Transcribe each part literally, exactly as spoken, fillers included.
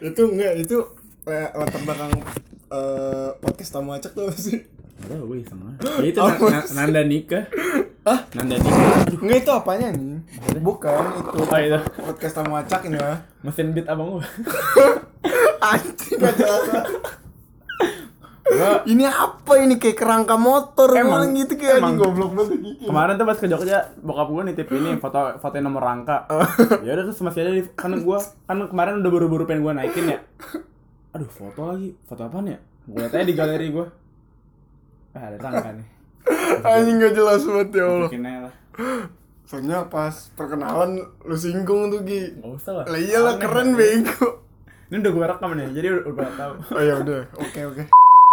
Itu enggak, itu eh, latar belakang eh, podcast Tamu Acak tuh apa sih? Ada gue sama. Ya itu na- na- Nanda nikah. Hah? Nanda nikah. Aduh, Enggak, itu apanya nih? Bukan itu. Oh, itu. Podcast Tamu Acak ini ya. mesin beat abang gue. Anjing gak jelas. Gua Ini apa ini kayak kerangka motor Emang- emang gitu kayak emang. anjing goblok banget gitu. kemarin tuh pas ke Jogja bokap gue nitip ini foto foto nomor rangka. Ya udah terus masih ada di kan gue kan kemarin udah buru-buru pengen gue naikin ya. Aduh, foto lagi. Foto apaan ya? Gue liat aja di galeri gue. Ah, ada rangka nih. Anjing gak jelas banget ya Allah. Bikin aja lah. Soalnya pas perkenalan lu singgung tuh Gi. Gak usah lah. Lah iyalah Aneh, keren aneh. bego. Ini udah gue rekam nih, jadi udah, udah tahu. Oh ya udah, oke oke.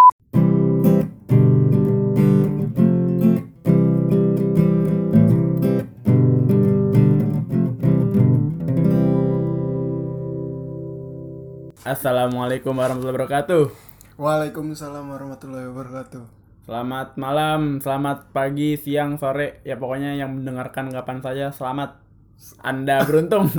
Assalamualaikum warahmatullahi wabarakatuh. Waalaikumsalam warahmatullahi wabarakatuh. Selamat malam, selamat pagi, siang, sore, ya pokoknya yang mendengarkan kapan saja, selamat. Anda beruntung.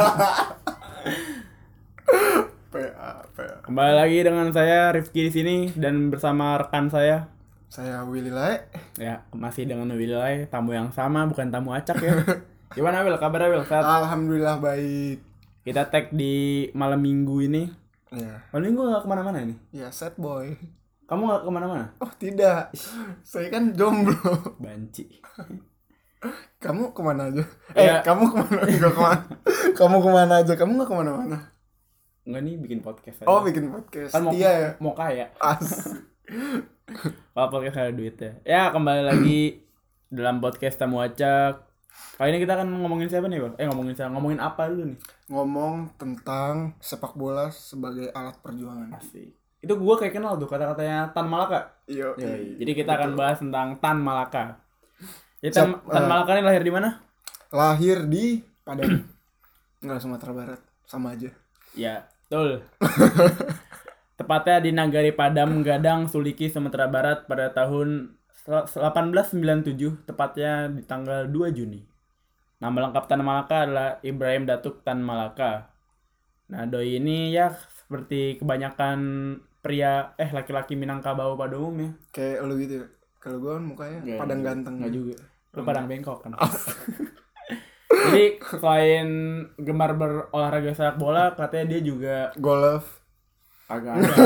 P A P A. Kembali lagi dengan saya Rifki di sini dan bersama rekan saya. Saya Willy Lae. Ya, masih dengan Willy, tamu yang sama, bukan tamu acak ya. Gimana Wil? Kabarnya Wil? Sehat? Alhamdulillah baik. Kita tag di malam minggu ini. Ya, Malam minggu gak kemana-mana nih? ya sad boy. Kamu gak kemana-mana? Oh tidak, saya kan jomblo. Banci. Kamu kemana aja? Eh, Ya. kamu kemana? Enggak kemana? Kamu kemana aja? Kamu nggak kemana-mana? Enggak nih, bikin podcast aja. Oh bikin podcast. Kan mau, Iya ya. mau kaya. As. Kalau podcast ada duitnya. Ya, kembali lagi dalam podcast Tamu Acak. Kali ini kita akan ngomongin siapa nih, Bang? Eh, ngomongin siapa? Ngomongin apa dulu nih? Ngomong tentang sepak bola sebagai alat perjuangan. Asik. Itu gua kayak kenal tuh kata-katanya Tan Malaka. Iya. Yoi. Jadi kita akan bahas tentang Tan Malaka. Ya, Tan, Siap, Tan eh, Malaka ini lahir di mana? Lahir di Padang. Enggak, Sumatera Barat. Sama aja. Ya, betul. Tepatnya di Nagari Padam Gadang, Suliki, Sumatera Barat pada tahun delapan belas sembilan puluh tujuh, tepatnya di tanggal dua Juni. Nama lengkap Tan Malaka adalah Ibrahim Datuk Tan Malaka. Nah, doi ini ya seperti kebanyakan pria eh laki-laki Minangkabau pada umumnya. Kayak lu gitu ya. Kalau gue kan mukanya Nggak, Padang nggak, ganteng. Nggak juga. Lu Padang bengkok kan. Jadi selain gemar berolahraga sepak bola, katanya dia juga Golf. agak ada.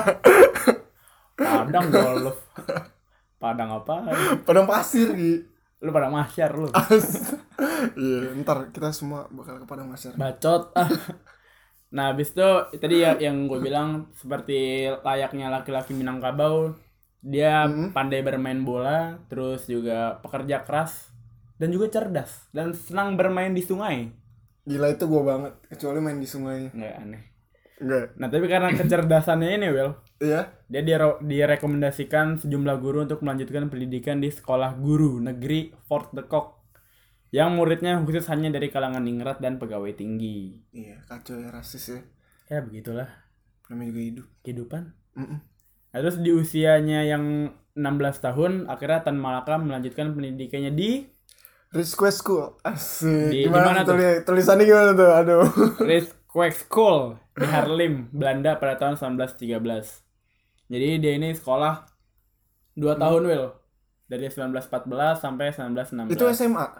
Padang golf. Padang apa? Padang pasir gitu. Lu pada masyar lu. Iya, ntar kita semua bakal ke Padang pasir. Bacot. Ah. Nah, habis itu tadi ya yang gue bilang seperti layaknya laki-laki Minangkabau, dia Mhm. pandai bermain bola, terus juga pekerja keras dan juga cerdas dan senang bermain di sungai. Gila itu gue banget, kecuali main di sungai. Nggak aneh. Enggak. Nah, tapi karena kecerdasannya ini, Will, Iya. dia dire- direkomendasikan sejumlah guru untuk melanjutkan pendidikan di sekolah guru negeri Fort de Kock yang muridnya khusus hanya dari kalangan ningrat dan pegawai tinggi. Iya, kacau ya, rasis ya. Ya begitulah Namanya juga hidup. kehidupan. Mm-mm. Nah, terus di usianya yang enam belas tahun, akhirnya Tan Malaka melanjutkan pendidikannya di Rizquest School. Asik. Di- gimana di mana tuh? Tuli- tulisannya gimana tuh? Aduh. Rijkswijk School di Haarlem, Belanda pada tahun sembilan belas tiga belas. Jadi dia ini sekolah dua tahun, Will. Dari sembilan belas empat belas sampai sembilan belas enam belas. Itu S M A.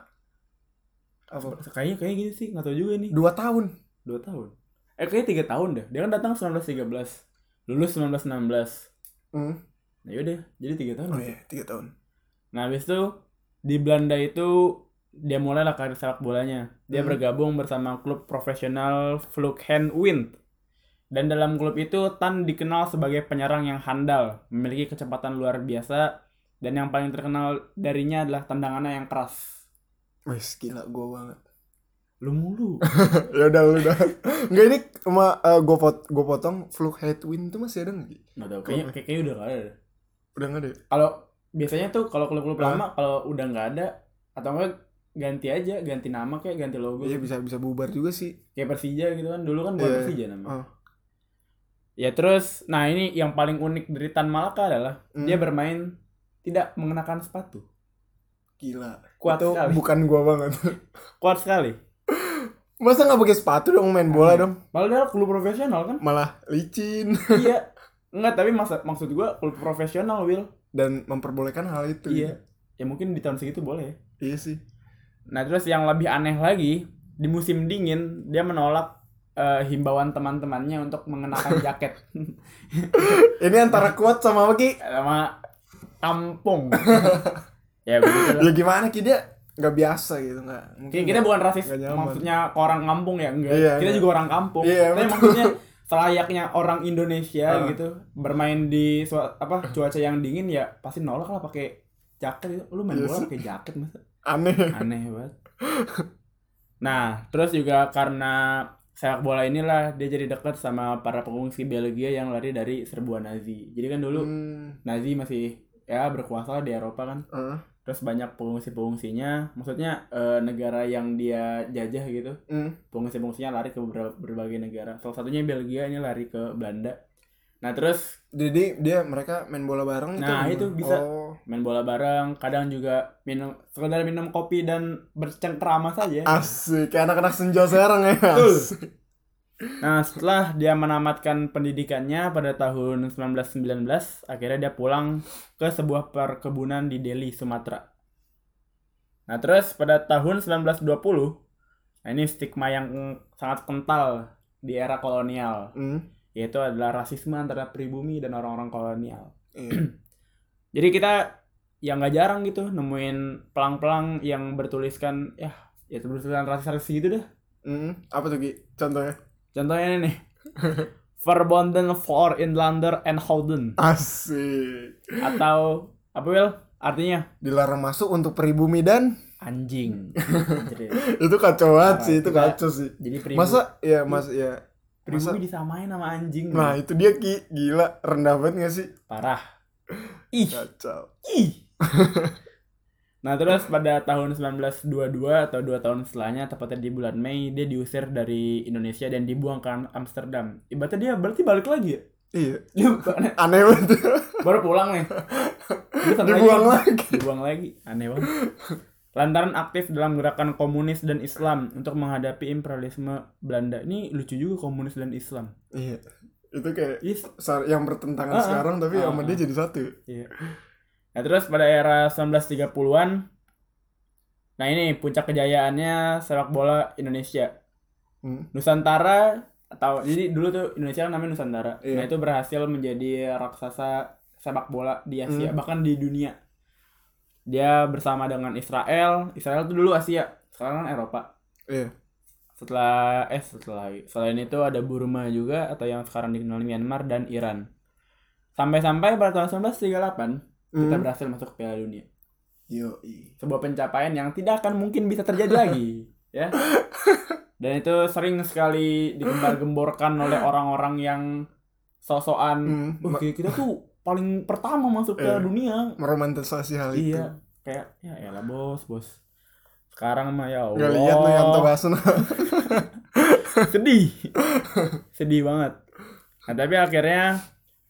Apa? Kayaknya kayak gitu sih, nggak tahu juga nih. Dua tahun. Dua tahun. Eh kayaknya tiga tahun deh. Dia kan datang sembilan belas tiga belas, lulus sembilan belas enam belas. Hmm. Nah yaudah, jadi tiga tahun. Oh iya, tiga tahun. Nah habis itu di Belanda itu dia mulailah karir sepak bolanya. Dia Hmm. bergabung bersama klub profesional Vluggen Wind. Dan dalam klub itu Tan dikenal sebagai penyerang yang handal, memiliki kecepatan luar biasa, dan yang paling terkenal darinya adalah tendangannya yang keras. Wes gila gue banget. Lu mulu. Ya udah lu udah. Enggak ini cuma uh, gue pot gue potong Fluke Headwind itu masih ada enggak? Nggak tahu, kayaknya, kayak- kayaknya udah nggak ada deh. Udah enggak ada. Kalau biasanya tuh kalau klub-klub Hah? lama kalau udah nggak ada atau enggak ganti aja, ganti nama kayak ganti logo. Iya bisa bisa bubar juga sih. Kayak Persija gitu kan, dulu kan bukan Iya. Persija namanya. Oh. Ya terus, nah ini yang paling unik dari Tan Malaka adalah Hmm. dia bermain tidak mengenakan sepatu. Gila. Kuat itu sekali. bukan gua banget. Kuat sekali. Masa nggak pakai sepatu dong main bola dong? Padahal klub profesional kan? Malah licin. Iya. Enggak, tapi masa, maksud gua klub profesional, Will. Dan memperbolehkan hal itu. Iya. Ya mungkin di tahun segitu boleh. Iya sih. Nah, terus yang lebih aneh lagi, di musim dingin dia menolak uh, himbauan teman-temannya untuk mengenakan jaket. Ini antara kuat sama apa Ki? Sama kampung. Ya begitu lah. Ya gimana Ki, dia nggak biasa gitu, nggak mungkin. Kita bukan rasis, nggak nyaman. maksudnya ke orang kampung ya, enggak. Iya, kita enggak. juga orang kampung. Iya, tapi betul. maksudnya selayaknya orang Indonesia Uh. gitu bermain di su- apa cuaca yang dingin ya pasti nolak lah pakai jaket itu. Lu main Iya bola sih. pakai jaket masa? Aneh. Aneh banget. Nah, terus juga karena sepak bola inilah dia jadi dekat sama para pengungsi Belgia yang lari dari serbuan Nazi. Jadi kan dulu Hmm. Nazi masih ya berkuasa di Eropa kan. Uh. Terus banyak pengungsi-pengungsinya, maksudnya eh, negara yang dia jajah gitu. Hmm. Pengungsi-pengungsinya lari ke beberapa, berbagai negara. Salah satunya Belgia, ini lari ke Belanda. Nah, terus Jadi dia mereka main bola bareng Nah, itu. itu bisa. Oh. main bola bareng, kadang juga minum sekedar minum kopi dan bercengkrama saja. Asik, kayak anak-anak senja sekarang ya. Betul. Asik. Nah, setelah dia menamatkan pendidikannya pada tahun sembilan belas sembilan belas, akhirnya dia pulang ke sebuah perkebunan di Delhi, Sumatera. Nah, terus pada tahun sembilan belas dua puluh, nah ini stigma yang sangat kental di era kolonial, Hmm. yaitu adalah rasisme antara pribumi dan orang-orang kolonial. Iya. Jadi kita yang nggak jarang gitu nemuin pelang-pelang yang bertuliskan ya, ya bertuliskan rasis-rasis gitu dah. Hmm. Apa tuh Ki? Contohnya? Contohnya ini nih. Verbonden voor Inlander en Houden. Asik. Atau apa Will? Artinya Dilarang masuk untuk pribumi dan anjing. Jadi, itu kacau banget Parah, sih, itu kita- kacau sih. jadi pribumi, Masa ya, mas ya. pribumi masa- disamain sama anjing. Nah, itu dia Ki, gila, rendah banget gak sih? Parah. Ih. Kacau. Ih. Nah, terus pada tahun sembilan belas dua puluh dua atau dua tahun setelahnya, tepatnya di bulan Mei, dia diusir dari Indonesia dan dibuang ke Amsterdam. Ibaratnya dia berarti balik lagi ya? Iya. Dia Aneh banget. baru pulang nih. Dia sampai Dibuang lagi. lagi. Dibuang lagi. Aneh banget. Lantaran aktif dalam gerakan komunis dan Islam untuk menghadapi imperialisme Belanda. Ini lucu juga komunis dan Islam. Iya. Itu kayak Yes. sar- yang bertentangan Ah, ah. sekarang tapi Ah, sama ah. dia jadi satu. Iya. Nah, terus pada era sembilan belas tiga puluhan, nah ini puncak kejayaannya sepak bola Indonesia. Hmm. Nusantara, atau jadi dulu tuh Indonesia kan namanya Nusantara. Iya. Nah, itu berhasil menjadi raksasa sepak bola di Asia, Hmm. bahkan di dunia. Dia bersama dengan Israel. Israel tuh dulu Asia, sekarang kan Eropa. Iya. Setelah eh setelah selain itu ada Burma juga atau yang sekarang dikenal Myanmar dan Iran. Sampai-sampai pada tahun sembilan belas tiga puluh delapan kita Hmm. berhasil masuk ke Piala Dunia. Yoi. Sebuah pencapaian yang tidak akan mungkin bisa terjadi lagi, ya. Dan itu sering sekali digembar-gemborkan oleh orang-orang yang sosokan, Hmm. "Oh, Ma- kita tuh paling pertama masuk ke Iya. dunia." Meromantisasi hal itu. Iya, kayak ya elah bos, bos. Sekarang mah ya Allah. Nggak lihat nih Yanto Basna. Sedih. Sedih banget. Nah, tapi akhirnya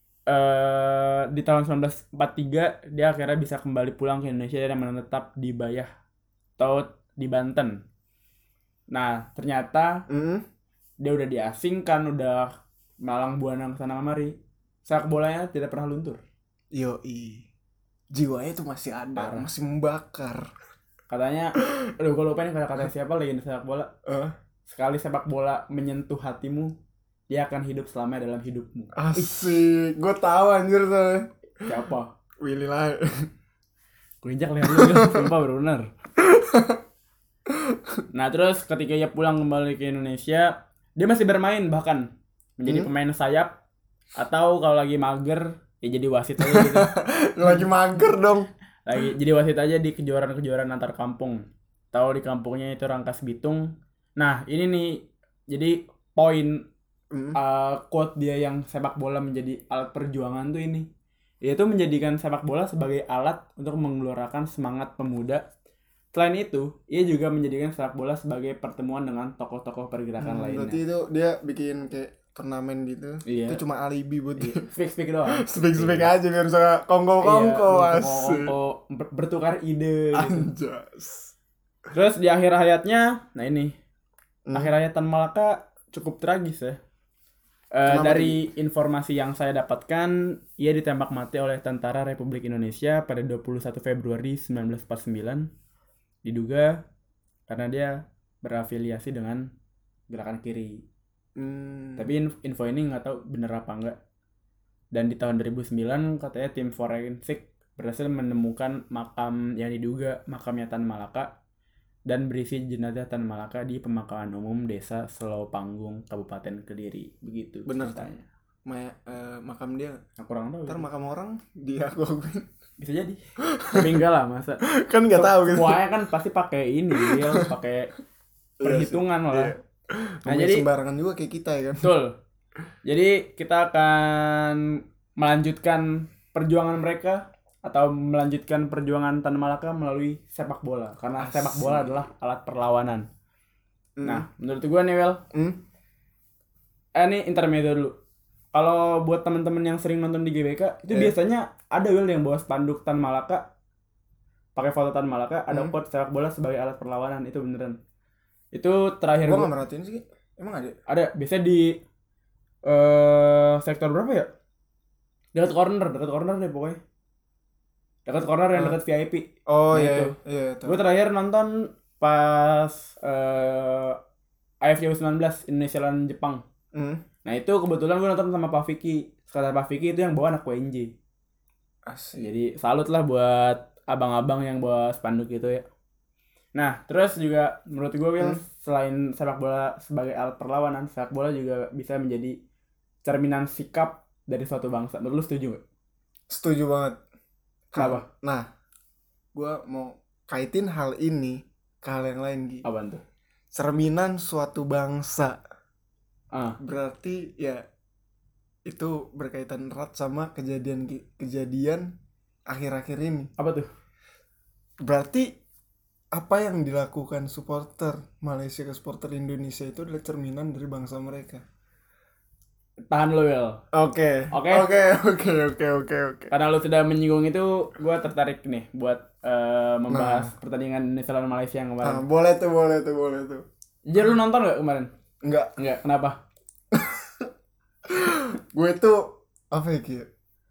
eh di tahun sembilan belas empat puluh tiga dia akhirnya bisa kembali pulang ke Indonesia dan menetap di Bayah atau di Banten. Nah, ternyata Hmm. dia udah diasingkan, udah malang buana ke sana kemari. Sepak bolanya tidak pernah luntur. Yoi. Jiwanya itu masih ada, Parah. masih membakar. Katanya, aduh gue lupa nih kata-kata siapa legenda sepak bola. Eh, Sekali sepak bola menyentuh hatimu, dia akan hidup selamanya dalam hidupmu. asik. Gue tahu anjir tuh. Siapa? Willy lah. Gue injak leher lu, Gil. Sumpah bener. Nah, terus ketika dia pulang kembali ke Indonesia, dia masih bermain bahkan menjadi Hmm. pemain sayap atau kalau lagi mager ya jadi wasit aja gitu. Lagi mager dong. Lagi jadi wasit aja di kejuaraan-kejuaraan antar kampung. Tahu di kampungnya itu Rangkas Bitung. Nah, ini nih jadi poin Hmm. uh, quote dia yang sepak bola menjadi alat perjuangan tuh ini. Yaitu menjadikan sepak bola sebagai alat untuk menggelorakan semangat pemuda. Selain itu, ia juga menjadikan sepak bola sebagai pertemuan dengan tokoh-tokoh pergerakan Hmm, lainnya. berarti itu dia bikin kayak turnamen gitu. Iya. Itu cuma alibi buat dia. Speak-speak doang. Speak-speak aja biar bisa kongko-kongko Iya, asik. kongko, ber- bertukar ide gitu. Anjas. Terus di akhir hayatnya, nah ini Hmm. Akhir-akhir Tan Malaka cukup tragis ya. Eh, Kenapa dari informasi yang saya dapatkan, ia ditembak mati oleh Tentara Republik Indonesia pada dua puluh satu Februari seribu sembilan ratus empat puluh sembilan. Diduga karena dia berafiliasi dengan gerakan kiri. Hmm. Tapi in- info ini nggak tahu bener apa enggak. Dan di tahun dua ribu sembilan katanya tim forensik berhasil menemukan makam yang diduga makamnya Tan Malaka dan berisi jenazah Tan Malaka di pemakaman umum Desa Selau Panggung, Kabupaten Kediri. Begitu Bener ceritanya. Ma- eh, makam dia. Aku kurang tahu. Ntar gitu. makam orang dia aku akuin. Bisa jadi. Tapi enggak lah masa. Kan nggak tahu gitu. Semuanya kan pasti pakai ini, ya, pakai perhitungan lah. Iya. Nah, Ngomongin jadi sembarangan juga kayak kita ya kan. betul. Jadi kita akan melanjutkan perjuangan mereka atau melanjutkan perjuangan Tan Malaka melalui sepak bola karena Asik. sepak bola adalah alat perlawanan. Hmm. Nah, menurut gue nih Wel, Hmm? eh ini intermezzo dulu. Kalau buat teman-teman yang sering nonton di G B K, itu Eh. biasanya ada Wel yang bawa spanduk Tan Malaka, pakai foto Tan Malaka, ada Hmm. quote sepak bola sebagai alat perlawanan, itu beneran. Itu terakhir Gua gua nggak merhatiin sih. Emang ada? ada biasanya di eh sektor berapa ya? Dekat corner, dekat corner deh pokoknya. Dekat corner yang Ah. dekat V I P. Oh Nah, iya. itu. Iya, tahu. Gue terakhir nonton pas eh A F C U sembilan belas Indonesia lawan Jepang. Hmm. Nah itu kebetulan gue nonton sama Pak Vicky. Sekadar Pak Vicky itu yang bawa anak W N J. Asik. Jadi salut lah buat abang-abang yang bawa spanduk itu ya. Nah terus juga menurut gue Will, Hmm. selain sepak bola sebagai alat perlawanan, sepak bola juga bisa menjadi cerminan sikap dari suatu bangsa. Menurut lu setuju gak? Setuju banget. Kenapa? Nah, gua mau kaitin hal ini ke hal yang lain, Gi. Apaan tuh? Cerminan suatu bangsa. Ah, Berarti ya itu berkaitan erat sama kejadian kejadian akhir-akhir ini. apa tuh? Berarti apa yang dilakukan supporter Malaysia ke supporter Indonesia itu adalah cerminan dari bangsa mereka. Tahan lu Will. Oke. Oke. Oke, oke, oke, oke, oke. Karena lu sudah menyinggung itu, gue tertarik nih buat eh, membahas Nah. pertandingan Indonesia lawan Malaysia yang Ah, kemarin. boleh tuh, boleh tuh, boleh tuh. Jadi lu nonton gak kemarin? Enggak, Enggak, kenapa? gue tuh apa ya, Ki?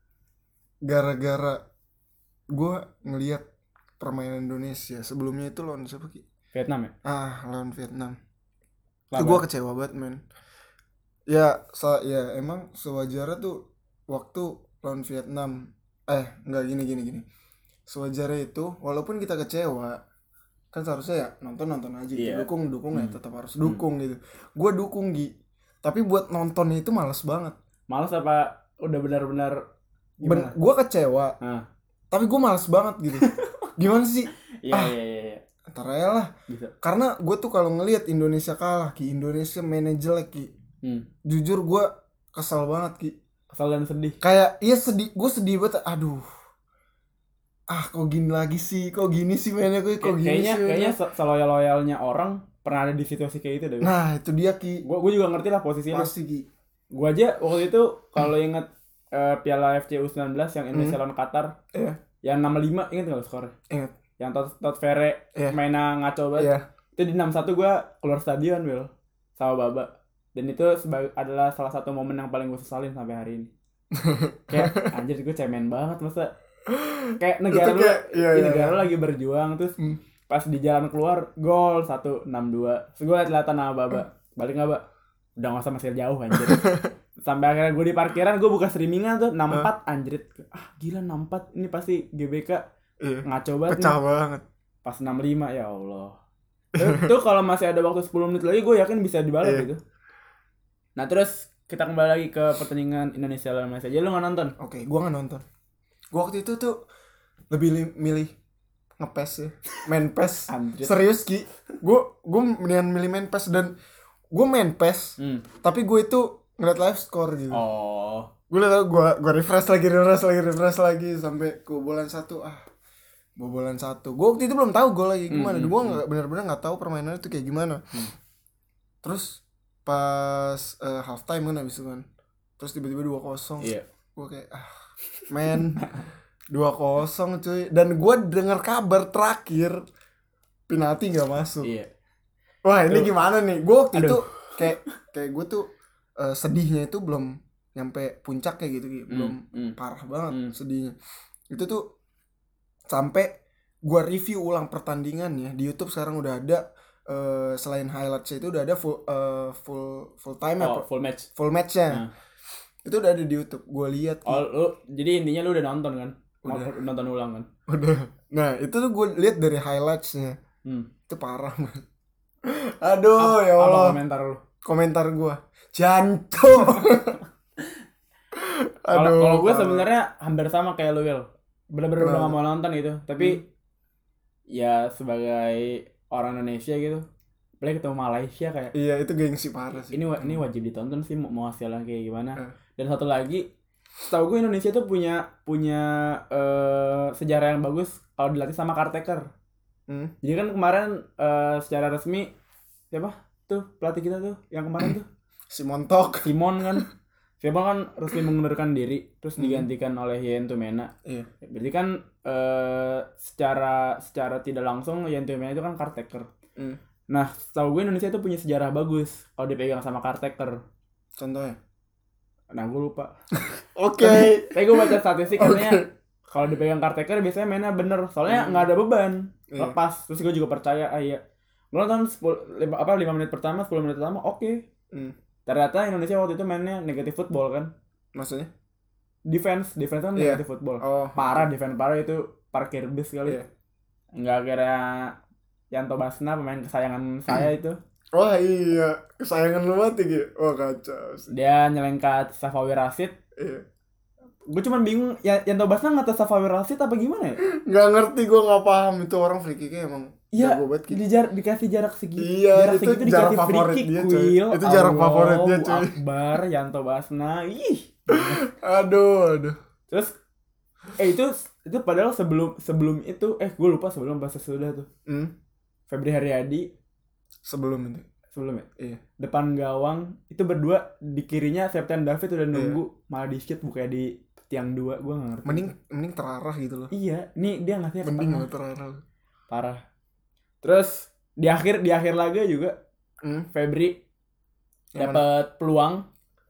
Gara-gara gue ngelihat permainan Indonesia sebelumnya itu lawan siapa, Ki? Vietnam ya? Ah, lawan Vietnam. Itu Kenapa? gue kecewa banget, men. Ya, so, ya emang sewajarnya tuh waktu lawan Vietnam. Eh, enggak gini gini gini. Sewajarnya itu walaupun kita kecewa, kan seharusnya ya nonton-nonton aja gitu. Iya. Dukung-dukung ya Hmm. tetap harus dukung gitu. Gue dukung, Gi. Tapi buat nontonnya itu males banget. Males apa udah benar-benar Ben- gimana? gue kecewa, Nah, tapi gue males banget gitu. Gimana sih? iya Ah. iya iya iya. Ntar aja lah. Bisa. Karena gue tuh kalau ngelihat Indonesia kalah, Ki, Indonesia mainnya jelek, Ki. Hmm. Jujur gue kesel banget, Ki. Kesal dan sedih. Kayak iya sedih, gue sedih banget. Aduh, ah kok gini lagi sih, kok gini sih mainnya gue, kok Kay- gini kayaknya sih kayaknya mainnya. se- seloyal-loyalnya orang pernah ada di situasi kayak itu deh. Nah itu dia, Ki. Gue gue juga ngerti lah posisinya. Pasti, Ki. Gue aja waktu itu kalau inget eh, Piala A F C U sembilan belas yang Indonesia Hmm. lawan Qatar, Iya, yang enam lima, inget gak lo skornya? ingat. Yang Tot Tot Vere Iya. mainnya ngaco banget. Iya. Itu di enam satu gue keluar stadion Will sama Baba. Dan itu sebagai adalah salah satu momen yang paling gue sesalin sampai hari ini. Kayak anjir gue cemen banget masa kayak negara Itu lu kayak- iya, ini iya, negara iya. lu lagi berjuang terus Hmm. pas di jalan keluar gol satu enam dua. Terus gue liat-liatan sama Baba. Balik enggak, Ba? Udah enggak usah masih jauh anjir. Sampai akhirnya gue di parkiran gue buka streamingan tuh enam empat anjrit. Ah gila enam empat ini pasti G B K Iya. ngaco banget nih. Pecah banget. Pas enam lima ya Allah. Itu kalau masih ada waktu sepuluh menit lagi gue yakin bisa dibalas Iya. gitu. Nah terus kita kembali lagi ke pertandingan Indonesia lawan Malaysia. Jadi lu nggak nonton? Oke, gue nggak nonton. Gue waktu itu tuh lebih li- milih ngepes ya, main pes. Anjir. Serius, Ki. Gue gue mendingan milih main pes dan gue main pes. Hmm. Tapi gue itu ngeliat live score gitu. Oh. Gue liat gue gue refresh lagi refresh lagi refresh lagi sampai kebobolan satu. Ah, kebobolan satu. Gue waktu itu belum tahu gol lagi gimana. Hmm, hmm, Gue nggak benar-benar nggak tahu permainannya itu kayak gimana. Hmm. Terus pas uh, half time kan abis itu kan. Terus tiba-tiba dua kosong. Iya. Gue kayak ah men dua kosong cuy. Dan gue dengar kabar terakhir penalti nggak masuk. Iya. Wah, ini Tuh. gimana nih? Gue waktu Aduh. itu kayak kayak gue tuh eh, sedihnya itu belum nyampe puncak kayak gitu, gitu. Belum Hmm, hmm, parah banget hmm. sedihnya. Itu tuh sampai gue review ulang pertandingannya di YouTube sekarang udah ada, eh, selain highlights itu udah ada full eh, full full time Oh, apa full match. full matchnya. Nah. Itu udah ada di YouTube. Gue lihat. Oh, lu, jadi intinya lu udah nonton kan? Mau Udah. nonton ulang kan? Udah. Nah, itu tuh gue lihat dari highlightsnya. Hmm. Itu parah banget. Aduh, Ap- ya apa Allah. komentar lu? Komentar gue, Janto. Kalau Aduh. kalau gue parah. sebenarnya hampir sama kayak lu, Will. Bener-bener udah Kenapa? gak mau nonton gitu. Tapi Hmm. ya sebagai orang Indonesia gitu, apalagi ketemu Malaysia kayak Iya, itu gengsi parah sih. ini wa- ini wajib ditonton sih, mau mau hasilnya kayak gimana. Eh. Dan satu lagi, setahu gue Indonesia tuh punya punya eh, sejarah yang bagus kalau dilatih sama caretaker. Hmm. Jadi kan kemarin eh, secara resmi siapa tuh pelatih kita tuh yang kemarin tuh Si Montok. Simon kan. Simon kan resmi mengundurkan diri terus Hmm. digantikan oleh Yen Tumena. Iya. Berarti kan eh, secara secara tidak langsung Yen Tumena itu kan caretaker. Hmm. Nah, setahu gue Indonesia itu punya sejarah bagus kalau dipegang sama caretaker. Contohnya. Nah, gue lupa. Oke. Tapi gue baca statistik katanya Oke. kalau dipegang caretaker biasanya mainnya bener. Soalnya Hmm. nggak ada beban. Iya. Lepas. Terus gue juga percaya, ah iya. Gue nonton sepuluh, lima, apa, lima menit pertama, sepuluh menit pertama, oke. Hmm. Ternyata Indonesia waktu itu mainnya negatif football kan. Maksudnya? Defense. Defense kan Iya. negatif football. Oh. Parah, defense parah itu parkir bis kali. Iya. Nggak kira Yanto Basna, pemain kesayangan saya itu. Wah iya, kesayangan lu banget ya. Wah kacau sih. Dia nyelengkat Safawi Rashid. Iya. Gue cuman bingung, ya Yanto Basna ngatas Safawi Rashid apa gimana ya? Nggak ngerti, gue nggak paham itu orang free kicknya emang Iya, jago banget gitu. di jar- dikasih jarak segitu. Iya, jarak itu segitu jarak dikasih favorit free kick, dia, coy. Will. Itu jarak favorit dia, Allahu coy. Akbar, Yanto Basna. Ih. Aduh, aduh. Terus eh itu itu padahal sebelum sebelum itu eh gue lupa sebelum pas sesudah tuh. Hmm. Febri Haryadi Sebelum itu. sebelum ya. Iya. Depan gawang itu berdua, di kirinya Septian David udah nunggu, malah di shoot bukannya di tiang dua, gue nggak ngerti. Mending mending terarah gitu loh. Iya, nih dia ngasihnya ke Mending tengah. nggak terarah. Parah. Terus di akhir di akhir laga juga Hmm. Febri Yang dapat peluang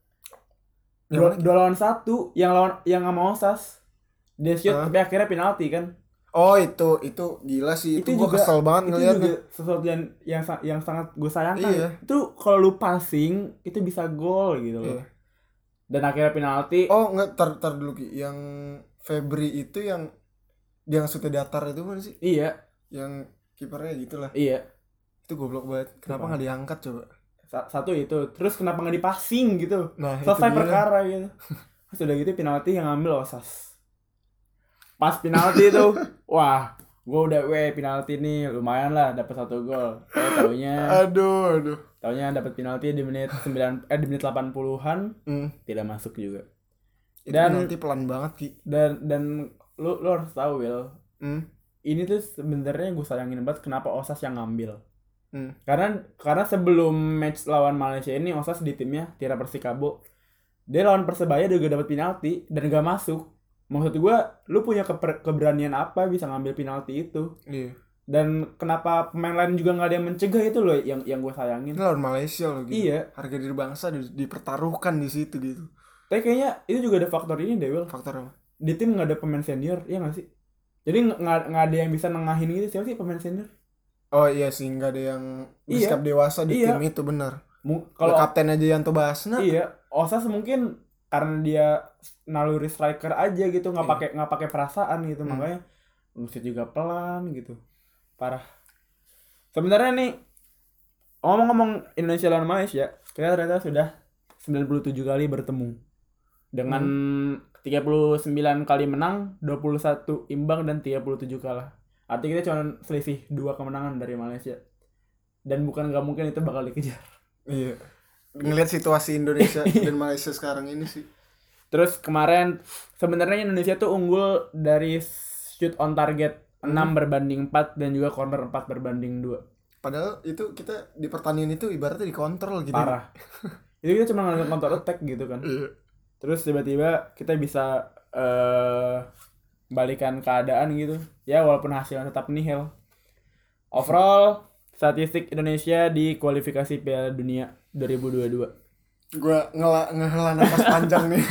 Yang dua, mana? dua lawan satu, yang lawan yang nggak mau Sas. Dia shoot Hah? tapi akhirnya penalti kan. Oh itu itu gila sih, itu, Itu gue juga- kesel banget Itu ngeliatnya. juga sesuatu yang yang, sa- yang sangat gue sayangkan. Iya. Itu kalau lu passing itu bisa gol gitu loh. Iya. Dan akhirnya penalti. Oh nggak, tar tar dulu Ki. Yang Febri itu yang dia yang shootnya datar itu mana sih? Iya, Yang kipernya gitulah. iya. Itu goblok banget. Kenapa nggak diangkat coba? Sa- Satu itu. Terus kenapa nggak dipassing gitu? Nah, Selesai itu dia. perkara gitu. Terus udah gitu penalti yang ngambil Osas. Pas penalti itu, wah, gue udah weh penalti nih lumayan lah dapat satu gol. Eh taunya Aduh, aduh. taunya dapat penalti di menit sembilan eh di menit delapan puluhan Hmm. tidak masuk juga. Itu Dan- nanti pelan banget Ki. Dan dan lu lu harus tahu Will, Hmm. ini tuh sebenarnya gue sayangin banget kenapa Osas yang ngambil. Hmm. Karena karena sebelum match lawan Malaysia ini Osas di timnya Tira Persikabo, dia lawan Persebaya juga dapat penalti dan gak masuk. Maksud gue, lu punya keper- keberanian apa bisa ngambil penalti itu? Iya. Dan kenapa pemain lain juga nggak ada yang mencegah, itu loh yang yang gue sayangin. Ini lawan Malaysia loh gitu. Iya. Harga diri bangsa di- dipertaruhkan di situ gitu. Tapi kayaknya itu juga ada faktor ini deh, Will. Faktor apa? Di tim nggak ada pemain senior, iya nggak sih? Jadi nggak nggak nggak ada yang bisa nengahin gitu. Siapa sih pemain senior? Oh iya sih, nggak ada yang Iya. bersikap dewasa di Iya. tim itu, benar. Mu- Kalau Kalau kapten aja Yanto Basna. iya, Osas mungkin karena dia naluri striker aja gitu, nggak Iya. pakai nggak pakai perasaan gitu, Hmm. makanya nge-shoot juga pelan gitu. Parah. Sebenarnya nih, ngomong-ngomong Indonesia lawan Malaysia, kita ternyata sudah sembilan puluh tujuh kali bertemu. Dengan tiga puluh sembilan kali menang, dua puluh satu imbang, dan tiga puluh tujuh kalah. Artinya kita cuma selisih dua kemenangan dari Malaysia. Dan bukan gak mungkin itu bakal dikejar. Iya. Ngelihat situasi Indonesia dan Malaysia sekarang ini sih. Terus kemarin sebenarnya Indonesia tuh unggul dari shoot on target enam berbanding empat dan juga corner empat berbanding dua. Padahal itu kita di pertandingan itu ibaratnya dikontrol gitu. Parah. Itu kita cuma ngelakuin counter attack gitu kan. Iya. Terus tiba-tiba kita bisa eh balikan keadaan gitu. Ya walaupun hasilnya tetap nihil. Overall statistik Indonesia di kualifikasi Piala Dunia dua ribu dua puluh dua. Gua ngela ngehela napas panjang nih.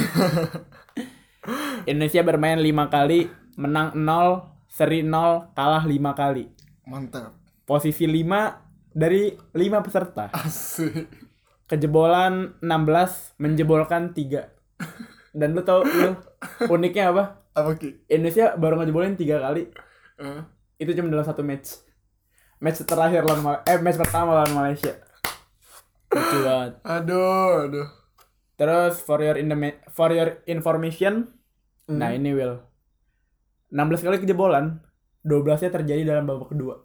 Indonesia bermain lima kali, menang nol, seri nol, kalah lima kali. Mantap. Posisi lima dari lima peserta. Asik. Kejebolan enam belas, menjebolkan tiga. Dan lu tau lu uniknya apa? Apa Ki? Indonesia baru ngejebolin tiga kali. Uh. Itu cuma dalam satu match. Match terakhir lawan Mal- eh match pertama lawan Malaysia. Lucu banget. Aduh, aduh. Terus for your in for your information, Hmm. nah ini Will. enam belas kali kejebolan, dua belasnya terjadi dalam babak kedua.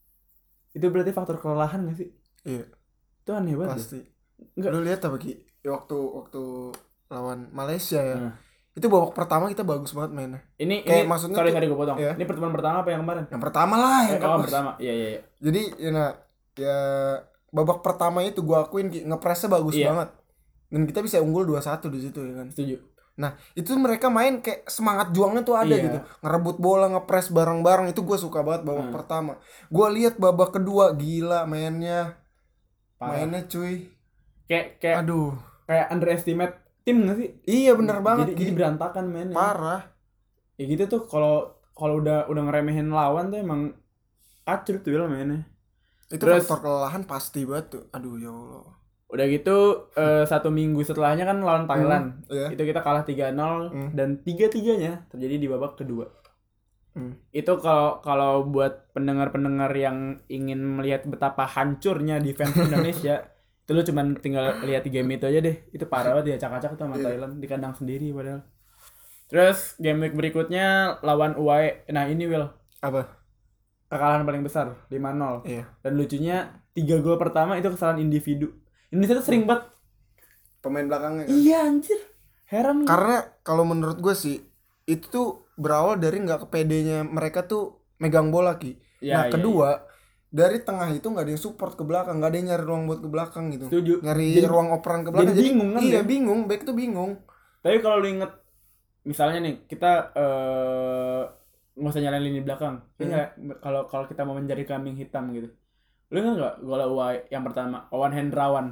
Itu berarti faktor kelelahan gak sih? Iya, Itu aneh banget. pasti. Enggak. Lu lihat apa Ki? Waktu waktu lawan Malaysia ya. Nah. Itu babak pertama kita bagus banget mainnya. Ini Kayak ini maksudnya sorry tuh- sorry gue potong. iya. Ini pertemuan pertama apa yang kemarin? Yang pertama lah Eh, yang kawan kelas. pertama. Iya iya iya. Jadi ya nah, ya babak pertama itu gua akuin Ki, ngepresnya bagus Iya. banget. Dan kita bisa unggul dua satu di situ ya kan. Setuju. Nah, itu mereka main kayak semangat juangnya tuh ada Iya. gitu. Ngerebut bola, ngepres bareng-bareng itu gua suka banget babak Hmm. pertama. Gua lihat babak kedua gila mainnya. Parah. Mainnya cuy. Kayak kayak Aduh. kayak underestimate tim gak sih? Iya bener banget. Jadi, Ki. jadi berantakan mainnya. Parah. Ya gitu tuh kalau kalau udah udah ngeremehin lawan tuh emang kacrut tuh Will mainnya. Itu Terus- faktor kelelahan pasti banget tuh. Aduh ya Allah. Udah gitu eh, satu minggu setelahnya kan lawan Thailand. Iya. Itu kita kalah tiga nol Hmm. dan tiga-tiganya terjadi di babak kedua. Hmm. Itu kalau kalau buat pendengar-pendengar yang ingin melihat betapa hancurnya defense Indonesia, itu lu cuman tinggal lihat game itu aja deh. Itu parah banget ya, acak-acak tuh sama Iya. Thailand di kandang sendiri padahal. Terus game week berikutnya lawan U A E. Nah, ini Will, Apa? kekalahan paling besar lima nol. Iya. Dan lucunya tiga gol pertama itu kesalahan individu. Indonesia tuh sering banget. Pemain belakangnya kan. Iya anjir. Heran. Karena kalau menurut gue sih itu tuh berawal dari nggak kepedenya mereka tuh megang bola Ki. Ya, nah iya, kedua dari tengah itu nggak ada yang support ke belakang, nggak ada yang nyari ruang buat ke belakang gitu. Setuju. Nyari Jadi- ruang operan ke belakang. jadi bingung kan Iya dia? bingung, back tuh bingung. Tapi kalau lu inget, misalnya nih kita eh nggak usah nyalain lini belakang. Ini Hmm. nggak kalau kalau kita mau mencari kambing hitam gitu. Lu inget nggak gol U A E yang pertama, Owen Hendrawan?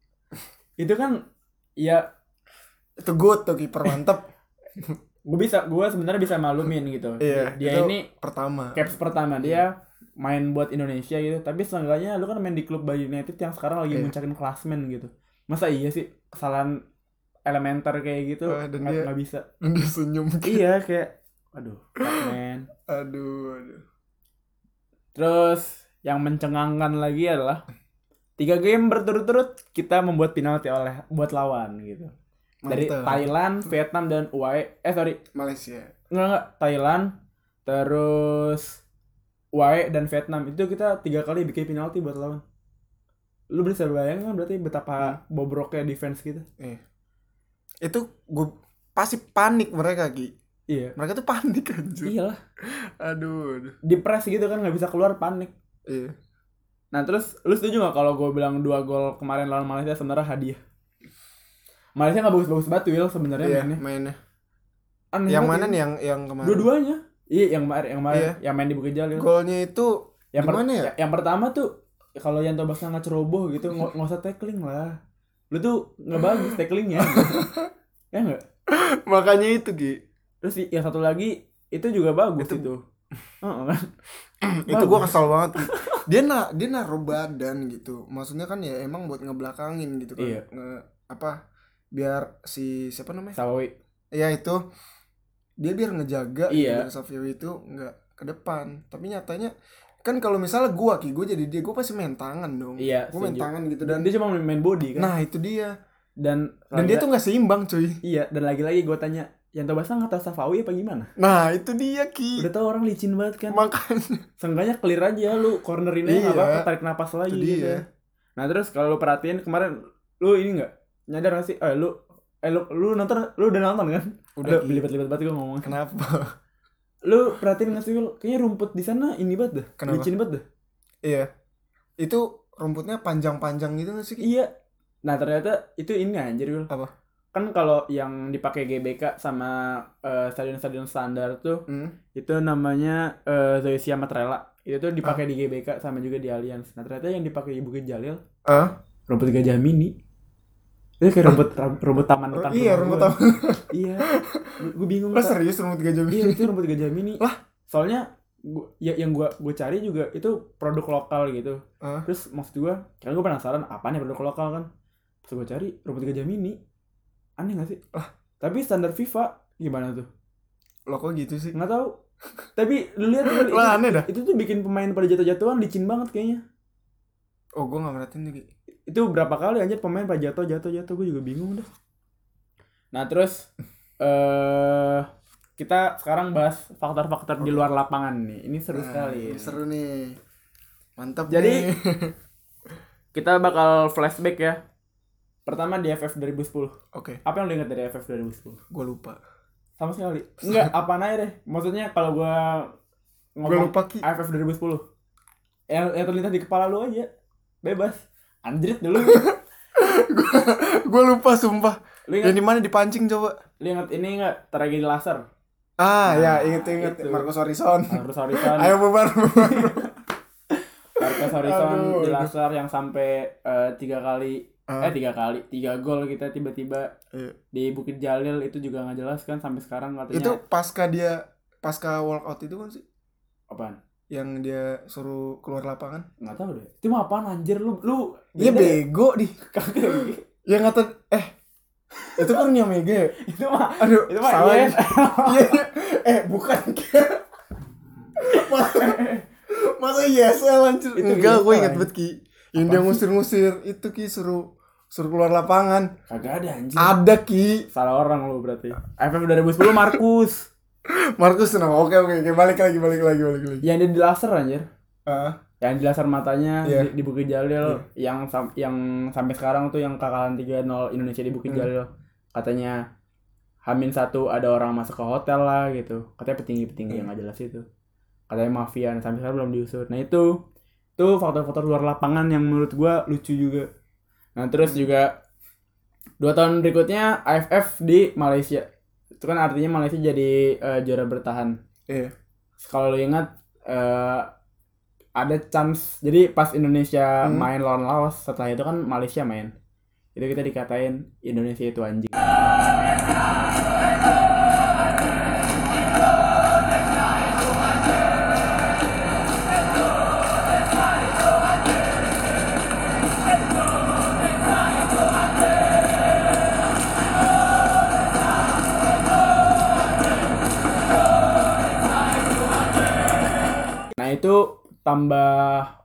Itu kan ya Itu good tuh kiper mantep. gue bisa gue sebenarnya bisa maklumin gitu. Iya. Dia itu ini pertama. caps pertama dia main buat Indonesia gitu. Tapi seenggaknya lu kan main di klub Bali United yang sekarang lagi Iya. muncakin klasmen gitu. Masa iya sih kesalahan elementer kayak gitu Oh, dan nggak dia- nggak bisa. Dia senyum. Iya kayak aduh, men. Aduh, aduh. Terus yang mencengangkan lagi adalah tiga game berturut-turut kita membuat penalti oleh buat lawan gitu. Dari Mantap. Thailand, Vietnam dan U A E. Eh sorry, Malaysia. enggak enggak Thailand, terus U A E dan Vietnam itu kita tiga kali bikin penalti buat lawan. Lu bisa bayangin kan berarti betapa bobroknya defense kita. Eh. Itu gue pasti panik mereka Ki. Iya. Mereka tuh panik anjir. Iyalah, Aduh, aduh. di press gitu kan nggak bisa keluar panik. Iya. Nah terus lu setuju gak kalau gue bilang dua gol kemarin lawan Malaysia sebenarnya hadiah? Malaysia gak bagus-bagus banget Will sebenarnya Iya, mainnya. mainnya. Aneh Yang banget mana ini. nih yang yang kemarin? Dua-duanya. Iya yang kemarin, yang kemarin, Iya. yang main di Bukit Jalil. Golnya itu Yang per- gimana ya? Yang pertama tuh kalau yang Tobas nggak ceroboh gitu nggak nggak usah tackling lah. Lu tuh nggak bagus tacklingnya. Ya nggak? Makanya itu Ki. Terus yang satu lagi itu juga bagus Itu- itu. Heeh kan? Itu gua kesal banget. Ki. Dia na dia naruh badan gitu. Maksudnya kan ya emang buat ngebelakangin gitu kan. Iya. Nge, apa biar si siapa namanya? Sawawi. Ya itu dia biar ngejaga gitu, Iya. biar Safiawi itu nggak ke depan. Tapi nyatanya kan kalau misalnya gua Ki, gua jadi dia gua pasti main tangan dong. Iya, Gua main setuju. tangan gitu Dan dan dia cuma main body kan. nah itu dia. dan Dan dia tuh nggak seimbang cuy. iya dan lagi-lagi gue tanya yang Tobas nggak tahu Safawi apa gimana? Nah itu dia Ki. Udah tau orang licin banget kan. Makanya Seenggaknya clear aja lu cornerin aja nggak Iya. apa-apa tarik napas lagi Itu gitu. dia. Nah terus kalau lu perhatiin kemarin lu ini nggak nyadar nggak sih? Eh lu eh lu, lu nonton lu udah nonton kan? Udah, Ki. belibet-libet banget gue ngomong. Kenapa? Lu perhatiin nggak sih Wil? Kayaknya rumput di sana ini banget dah. Kenapa? Licin banget dah. Iya. Itu rumputnya panjang-panjang gitu gak sih? Ki? Iya. Nah ternyata itu ini anjir Wil. Apa? Kan kalau yang dipakai G B K sama eh, stadion-stadion standar tuh Hmm. itu namanya uh, Zoysia Matrela. Itu tuh dipakai di G B K sama juga di Allianz. Nah ternyata yang dipakai di Bukit Jalil Ah? rumput gajah mini. Itu kayak rumput rumput taman Oh, depan iya, rumah rumput gua. taman. Iya. Gue bingung. Lah Tak. serius rumput gajah Iya mini? itu rumput gajah mini. Lah? Soalnya gua, ya, yang gue gue cari juga itu produk lokal gitu. Ah? Terus maksud gue, kan gue penasaran apa nih produk lokal kan. Terus gue cari rumput gajah mini. Aneh gak sih? Lah? Tapi standar FIFA gimana tuh? Lo kok gitu sih? Nggak tahu. Tapi lu lihat itu, Lah aneh dah. itu tuh bikin pemain pada jatuh-jatuhan licin banget kayaknya. Oh, gue nggak merhatiin lagi. Itu berapa kali anjir pemain pada jatuh jatuh jatuh gue juga bingung dah. Nah terus eh kita sekarang bahas faktor-faktor di luar lapangan nih. Ini seru Nah, sekali. ini seru nih. Mantap Jadi nih. kita bakal flashback ya. Pertama di F F dua ribu sepuluh. Oke, Apa yang lu ingat dari F F dua ribu sepuluh? gue lupa. Sama sekali. Enggak, apaan aja deh. Maksudnya kalau gua Gue ngomong lupa Ki. F F dua ribu sepuluh. Yang, yang terlintas di kepala lu aja. Bebas. Anjrit dulu. Gue lupa sumpah. Lu ingat, Yang di mana dipancing coba? lu ingat ini enggak? Tragedi laser. Ah, Nah, ya, inget-inget itu. Marcos Horizon. Marcus Horizon. Ayo bubar, bubar. Marcus Horizon Aduh, di aduh. laser yang sampai eh, tiga kali Ah. eh tiga kali tiga gol kita tiba-tiba Iya. di Bukit Jalil itu juga nggak jelas kan sampai sekarang katanya. Itu pasca dia pasca walkout itu kan sih Apaan? yang dia suruh keluar lapangan. Nggak tahu deh. Itu mah apaan anjir lu lu Dia beda ya? bego di. Kagak. Ya ngata eh itu kan Nia Mega ya? Itu mah Aduh, itu mah salah. iya. Iya, iya. Eh, bukan. Masa, masa yes lanjut. Itu Enggak, gue Y S L, inget ya. banget Ki. Yang dia Apaan sih? ngusir-ngusir itu Ki suruh suruh keluar lapangan. Kagak ada anjir. Ada Ki. Salah orang lu berarti. F F dua ribu sepuluh Markus. Markus nama. Oke, oke, oke. Balik lagi, balik lagi, balik lagi. Yang dia di laser anjir. Ah, Yang di laser matanya Iya. di, di Bukit Jalil yang sam- yang sampai sekarang tuh yang kekalahan tiga nol Indonesia di Bukit Hmm. Jalil. Katanya Hamin satu ada orang masuk ke hotel lah gitu. Katanya petinggi-petinggi yang nggak jelas itu. Katanya mafia, nah, sampai sekarang belum diusut. Nah itu tuh faktor-faktor luar lapangan yang menurut gua lucu juga. Nah terus juga dua tahun berikutnya A F F di Malaysia. Itu kan artinya Malaysia jadi eh, juara bertahan. iya. Kalau lo ingat eh, ada chance. Jadi pas Indonesia Hmm. main lawan Laos, setelah itu kan Malaysia main. Itu kita dikatain Indonesia itu anjing. Nah itu tambah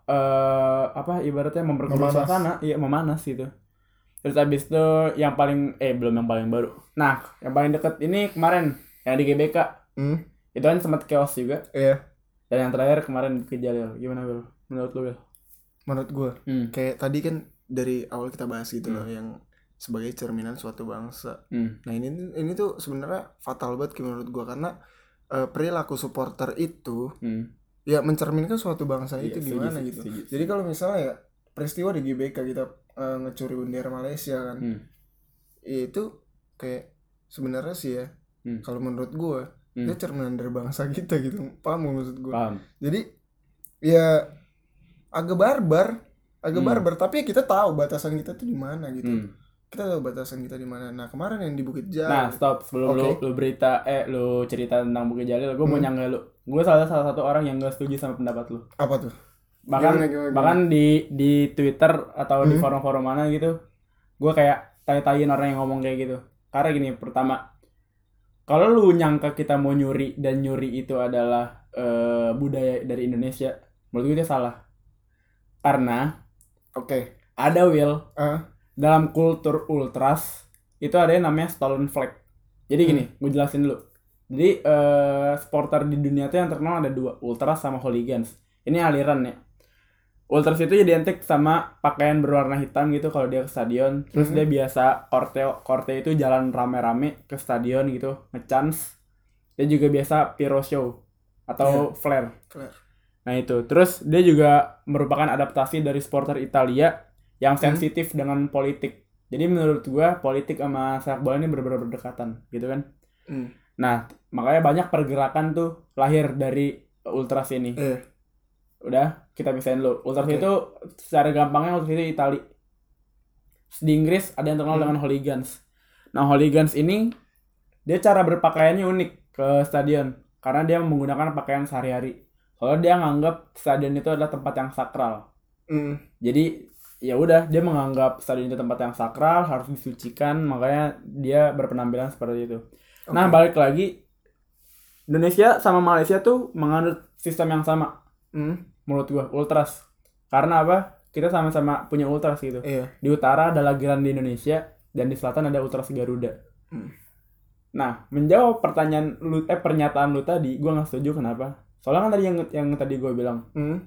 eh apa ibaratnya memperkeruh Memanas. suasana, iya memanas gitu. Terus habis itu yang paling eh belum yang paling baru. Nah, yang paling deket ini kemarin yang di G B K. Hmm, Itu kan sempat chaos juga. iya. Dan yang terakhir kemarin di Jalil. Gimana, Wil? Menurut lu, Wil? Menurut gue, Hmm. kayak tadi kan dari awal kita bahas gitu loh yang sebagai cerminan suatu bangsa. Hmm. Nah, ini ini tuh sebenarnya fatal banget Ki, menurut gue karena eh, perilaku supporter itu Hmm. ya mencerminkan suatu bangsa Iya, itu setuju gimana sih, gitu. setuju, Jadi kalau misalnya ya peristiwa di G B K kita eh, ngecuri bendera Malaysia kan, Hmm. itu kayak sebenarnya sih ya, Hmm. kalau menurut gue Hmm. itu cerminan dari bangsa kita gitu, paham nggak maksud gue? Paham. Jadi ya agak barbar, agak Hmm. barbar, tapi kita tahu batasan kita tuh di mana gitu. Hmm. Kita tahu batasan kita di mana. Nah kemarin yang di Bukit Jalil. Nah, stop sebelum lu Oke. lu berita eh lu cerita tentang Bukit Jalil, gue mau Hmm. nyanggah lu. Gue salah salah satu orang yang gak setuju sama pendapat lu. Apa tuh? Bahkan Gimana, gimana, bahkan di di Twitter atau di Hmm. forum-forum mana gitu, gue kayak tai-taiin orang yang ngomong kayak gitu. Karena gini, pertama, kalau lu nyangka kita mau nyuri dan nyuri itu adalah eh, budaya dari Indonesia, menurut gue itu salah. Karena Oke. ada Will Ah, dalam kultur ultras itu ada yang namanya stolen flag. Jadi gini, gue jelasin dulu. Jadi eh, supporter di dunia tuh yang terkenal ada dua, ultras sama hooligans. Ini aliran ya. Ultras itu identik sama pakaian berwarna hitam gitu kalau dia ke stadion. Terus Mhm. dia biasa korte korte itu jalan rame-rame ke stadion gitu, ngechance. Dia juga biasa pyro show atau flare. Flare. Nah itu. Terus dia juga merupakan adaptasi dari supporter Italia yang sensitif dengan politik. Jadi menurut gua politik sama sepak bola ini benar-benar berdekatan gitu kan. Hmm. Nah, makanya banyak pergerakan tuh lahir dari ultras ini. Iya. Udah, kita pisahin dulu. Ultras Oke. itu secara gampangnya ultras itu Itali. Di Inggris ada yang terkenal Hmm. dengan hooligans. Nah, hooligans ini dia cara berpakaiannya unik ke stadion karena dia menggunakan pakaian sehari-hari. Soalnya dia nganggap stadion itu adalah tempat yang sakral. Hmm. Jadi ya udah dia menganggap stadion itu tempat yang sakral, harus disucikan, makanya dia berpenampilan seperti itu. Nah, Oke. balik lagi, Indonesia sama Malaysia tuh menganut sistem yang sama Hmm. menurut gua, ultras. Karena apa? Kita sama-sama punya ultras gitu. Iya. Di utara ada Lageran di Indonesia dan di selatan ada Ultras Garuda. Hmm. Nah, menjawab pertanyaan lu eh pernyataan lu tadi, gua nggak setuju. Kenapa? Soalnya kan tadi yang yang tadi gua bilang Hmm.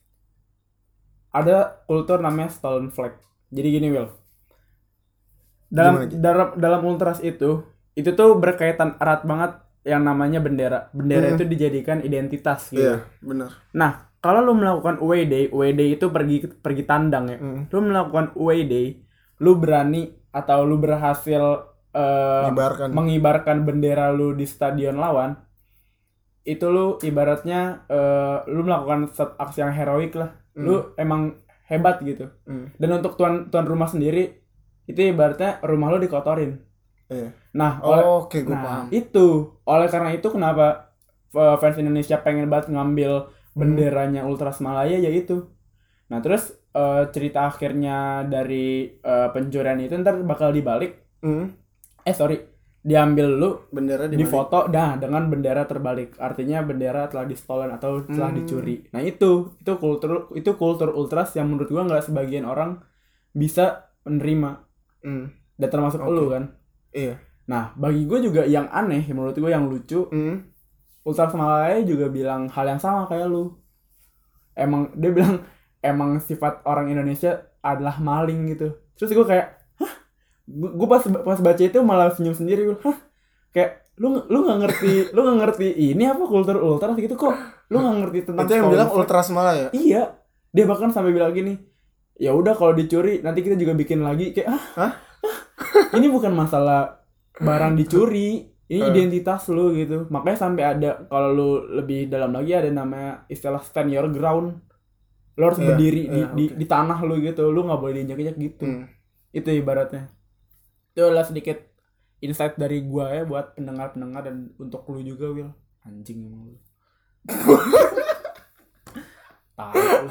ada kultur namanya stolen flag. Jadi gini, Will. Dalam Gimana, Ki? dalam dalam ultras itu, itu tuh berkaitan erat banget yang namanya bendera. Bendera Hmm. itu dijadikan identitas gitu. Iya, benar. Nah, kalau lu melakukan away day, away day itu pergi pergi tandang ya. Hmm. Lu melakukan away day, lu berani atau lu berhasil eh, Mengibarkan. mengibarkan bendera lu di stadion lawan, itu lu ibaratnya eh, lu melakukan satu aksi yang heroik lah. Hmm. Lu emang hebat gitu. Hmm. Dan untuk tuan tuan rumah sendiri, itu ibaratnya rumah lu dikotorin. Iya. Nah, Oh, oleh, oke, gue nah paham. itu oleh karena itu kenapa uh, fans Indonesia pengen banget ngambil Hmm. benderanya Ultras Malaya yaitu. Nah, terus uh, cerita akhirnya dari uh, pencurian itu ntar bakal dibalik. Hmm. Eh sorry, diambil lu, Bendera di difoto, dah dengan bendera terbalik. Artinya bendera telah di-stolen atau telah Hmm. dicuri. Nah itu, itu kultur, itu kultur Ultras yang menurut gua nggak sebagian orang bisa menerima. Hmm. Dan termasuk Oke. lu kan. Iya. Nah, bagi gue juga yang aneh, menurut gue yang lucu, Hmm. Ultras Malaya juga bilang hal yang sama kayak lu. Emang dia bilang emang sifat orang Indonesia adalah maling gitu. Terus gue kayak, hah? Gue pas pas baca itu malah senyum sendiri, gue, hah? Kayak lu lu nggak ngerti, lu nggak ngerti ini apa kultur Ultras gitu kok? Lu nggak ngerti tentang Itu yang stolen bilang flag? Ultras Malaya. Iya, dia bahkan sampai bilang gini, ya udah kalau dicuri nanti kita juga bikin lagi. Kayak, ah, Hah? ini bukan masalah barang dicuri, ini Eh. identitas lu gitu. Makanya sampai ada, kalau lu lebih dalam lagi ada namanya istilah stand your ground. Lu harus Iya, berdiri di, iya, di oke. di tanah lu gitu, lu nggak boleh diinjak-injak gitu. Hmm. Itu ibaratnya. Itu adalah sedikit insight dari gua ya buat pendengar-pendengar dan untuk lu juga, Will. Anjing emang lu. Tahu lu.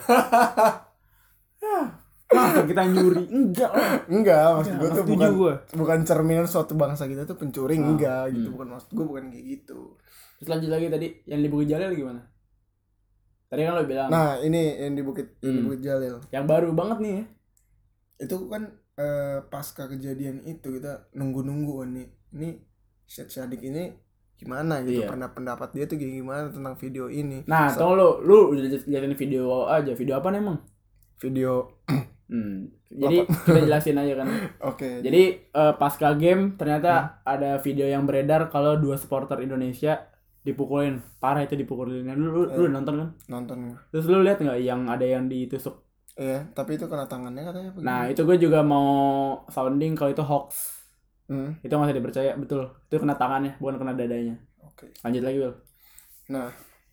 Masa kita nyuri? Enggak lah. Enggak, maksud Enggak, gue nggak tuh setuju bukan gua. bukan cerminan suatu bangsa kita tuh pencuri, Ah, enggak gitu. hmm. Bukan, maksud gue bukan kayak gitu. Terus lanjut lagi tadi yang di Bukit Jalil gimana? Tadi kan lo bilang Nah, ini yang di Bukit yang di Hmm. Bukit Jalil. yang baru banget nih ya. Itu kan eh, pasca kejadian itu kita nunggu-nunggu kan nih. Ini Syed Sadiq ini gimana gitu, Iya. pernah pendapat dia tuh kayak gimana tentang video ini. Nah, So- tunggu lu, lu udah liatin video aja. Video apa nih emang? video Hmm. Jadi kita jelasin aja kan. oke. Jadi eh, pasca game ternyata ada video yang beredar kalau dua supporter Indonesia dipukulin. Parah itu dipukulin. Lu, lu, lu udah nonton kan? Nonton gue. Terus lu lihat nggak yang ada yang ditusuk? Iya, tapi itu kena tangannya katanya apa Nah, gimana? itu gue juga mau sounding kalau itu hoax. Hmm, Itu nggak usah dipercaya, betul. Itu kena tangannya, bukan kena dadanya. oke. Lanjut lagi, Will. Nah,